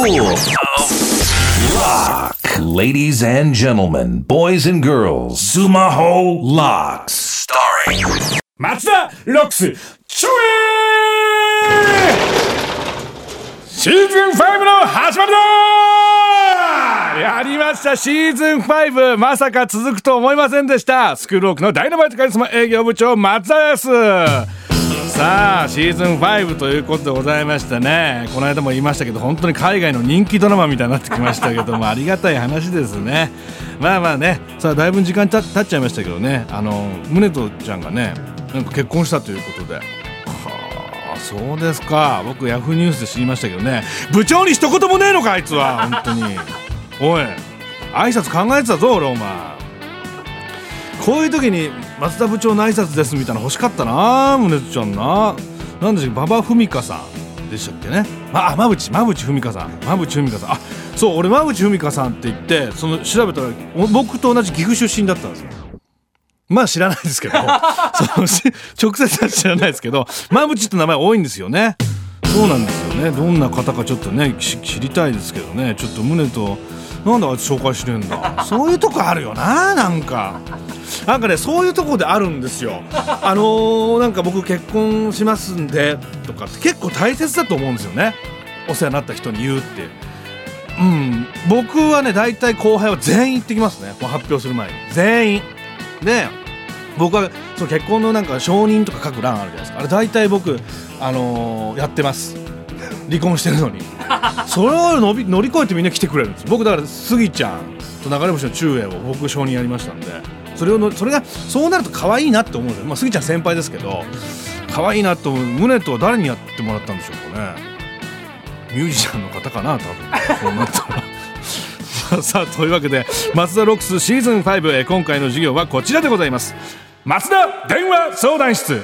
Lock. Ladies and gentlemen, boys and girls, Sumaho Locks. Starring 松田ロックスちょシーズン5の始まりだやりました。シーズン5、まさか続くと思いませんでした。スクールロックのダイナマイトカリスマ営業部長松田です。さあシーズン5ということでございましたね。この間も言いましたけど、本当に海外の人気ドラマみたいになってきましたけどもありがたい話ですね。まあまあね、さあだいぶ時間経っちゃいましたけどね、宗人ちゃんがねなんか結婚したということで、そうですか。僕ヤフーニュースで知りましたけどね、部長に一言もねえのかあいつは本当におい挨拶考えてたぞ俺お前。こういう時に松田部長の挨拶ですみたいなの欲しかったな宗人ちゃんな。なんでしょう、馬場文香さんでしたっけね。馬淵文香さん。あ、そう俺馬淵文香さんって言ってその調べたら僕と同じ岐阜出身だったんですよ。まあ知らないですけど直接は知らないですけど、馬淵って名前多いんですよね。そうなんですよね。どんな方かちょっとね知りたいですけどね。ちょっと宗となんであいつ紹介しねえんだそういうとこあるよな。なんかねそういうとこであるんですよ。なんか僕結婚しますんでとかって結構大切だと思うんですよね。お世話になった人に言うって。僕はね大体後輩は全員言ってきますね。もう発表する前に全員で、僕はその結婚のなんか承認とか書く欄あるじゃないですか。あれ大体僕やってます。離婚してるのにそれを乗り越えてみんな来てくれるんです。僕だからスギちゃんと流れ星の中英を僕承認やりましたんで、それがそうなると可愛いなって思うんですよ。スギちゃん先輩ですけど可愛いなと思う。宗とは誰にやってもらったんでしょうかね。ミュージシャンの方かな多分そうなったらさあというわけで松田ロックスシーズン5、今回の授業はこちらでございます。松田電話相談室。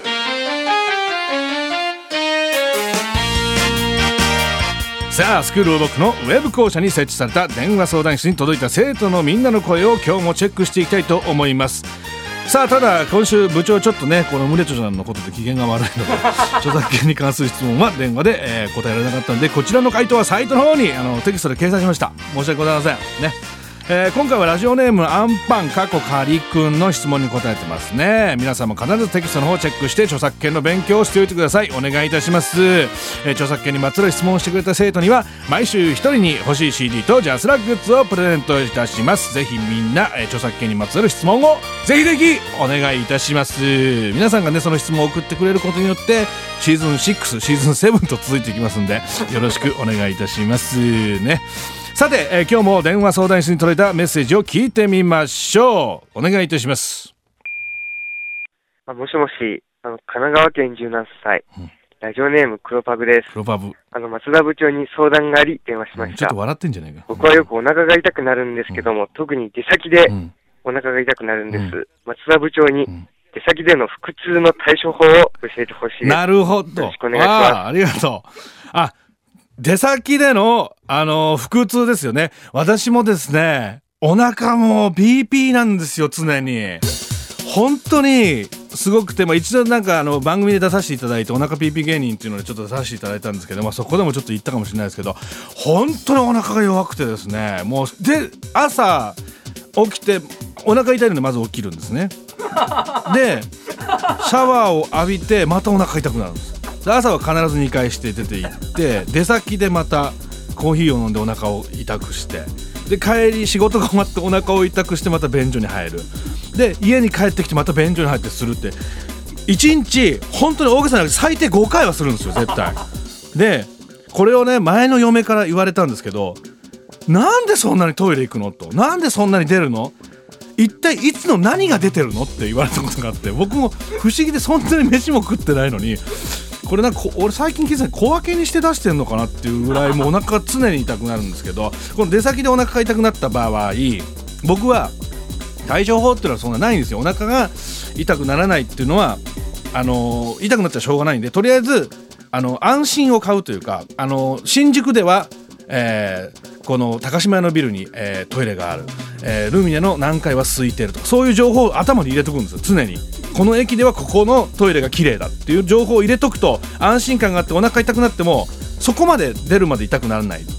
さあスクールオブロックのウェブ校舎に設置された電話相談室に届いた生徒のみんなの声を今日もチェックしていきたいと思います。さあただ今週部長ちょっとねこの宗人ちゃんのことで機嫌が悪いので著作権に関する質問は電話で、答えられなかったので、こちらの回答はサイトの方にテキストで掲載しました。申し訳ございませんね。今回はラジオネームアンパンカリくんの質問に答えてますね。皆さんも必ずテキストの方をチェックして著作権の勉強をしておいてください。お願いいたします。著作権にまつわる質問をしてくれた生徒には毎週1人に欲しい CD とジャスラックグッズをプレゼントいたします。ぜひみんな、著作権にまつわる質問をぜひお願いいたします。皆さんがねその質問を送ってくれることによってシーズン6シーズン7と続いていきますんでよろしくお願いいたしますね。さて、今日も電話相談室に届いたメッセージを聞いてみましょう。お願いいたします。 もしもし、神奈川県17歳、ラジオネーム黒パブです。 黒パブ。 松田部長に相談があり電話しました。 ちょっと笑ってんじゃないか。 僕はよくお腹が痛くなるんですけども、特に出先でお腹が痛くなるんです。松田部長に出先での腹痛の対処法を教えてほしいです。 なるほど。 よろしくお願いします。 ありがとう。出先での、腹痛ですよね。私もですね、お腹も BP なんですよ、常に。本当に、すごくて、一度なんか番組で出させていただいて、お腹 PP 芸人っていうのでちょっと出させていただいたんですけど、そこでもちょっと言ったかもしれないですけど、本当にお腹が弱くてですね、もう、で、朝起きて、お腹痛いのでまず起きるんですね。で、シャワーを浴びて、またお腹痛くなるんです。朝は必ず2回して出て行って出先でまたコーヒーを飲んでお腹を痛くしてで帰り仕事が終わってお腹を痛くしてまた便所に入るで家に帰ってきてまた便所に入ってするって1日本当に大げさなく最低5回はするんですよ絶対でこれをね前の嫁から言われたんですけどなんでそんなにトイレ行くのとなんでそんなに出るの一体いつの何が出てるのって言われたことがあって僕も不思議でそんなに飯も食ってないのにこれなんか俺最近気づいた小分けにして出してんのかなっていうぐらいもうお腹が常に痛くなるんですけどこの出先でお腹が痛くなった場合僕は対処法っていうのはそんなないんですよ。お腹が痛くならないっていうのは痛くなっちゃしょうがないんでとりあえず安心を買うというか新宿では、この高島屋のビルに、トイレがある、ルミネの何階は空いてるとかそういう情報を頭に入れとくんですよ。常にこの駅ではここのトイレが綺麗だっていう情報を入れとくと安心感があってお腹痛くなってもそこまで出るまで痛くならないっていう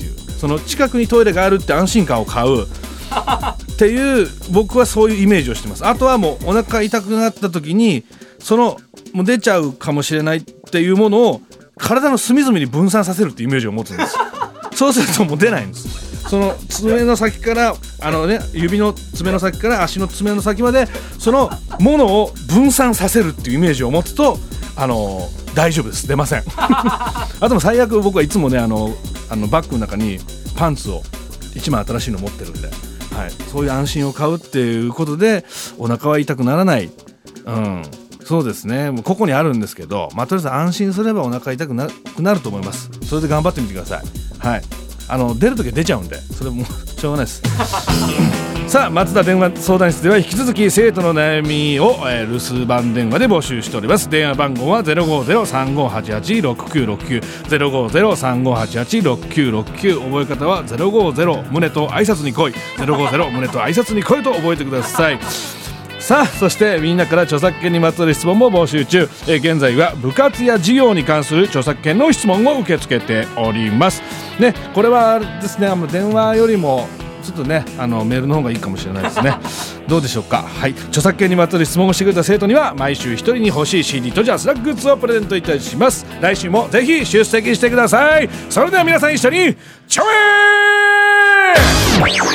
その近くにトイレがあるって安心感を買うっていう、僕はそういうイメージをしてます。あとはもうお腹痛くなった時にそのもう出ちゃうかもしれないっていうものを体の隅々に分散させるっていうイメージを持つんです。そうするともう出ないんです。その爪の先から指の爪の先から足の爪の先までそのものを分散させるっていうイメージを持つと大丈夫です。出ません。あとも最悪僕はいつもねバッグの中にパンツを1枚新しいの持ってるんで、はい、そういう安心を買うっていうことでお腹は痛くならない、そうですね、もうここにあるんですけど、とりあえず安心すればお腹痛くなると思います。それで頑張ってみてください。はい、出るときは出ちゃうんでそれもしょうがないです。さあ松田電話相談室では引き続き生徒の悩みを、留守番電話で募集しております。電話番号は 050-3588-6969 050-3588-6969 覚え方は050胸と挨拶に来い050胸と挨拶に来いと覚えてください。さあそしてみんなから著作権にまつわる質問も募集中。現在は部活や授業に関する著作権の質問を受け付けておりますね。これはですね電話よりもちょっとねメールの方がいいかもしれないですね。どうでしょうか。はい、著作権にまつわる質問をしてくれた生徒には毎週1人に欲しい CD とジャスラックグッズをプレゼントいたします。来週もぜひ出席してください。それでは皆さん一緒にチョエー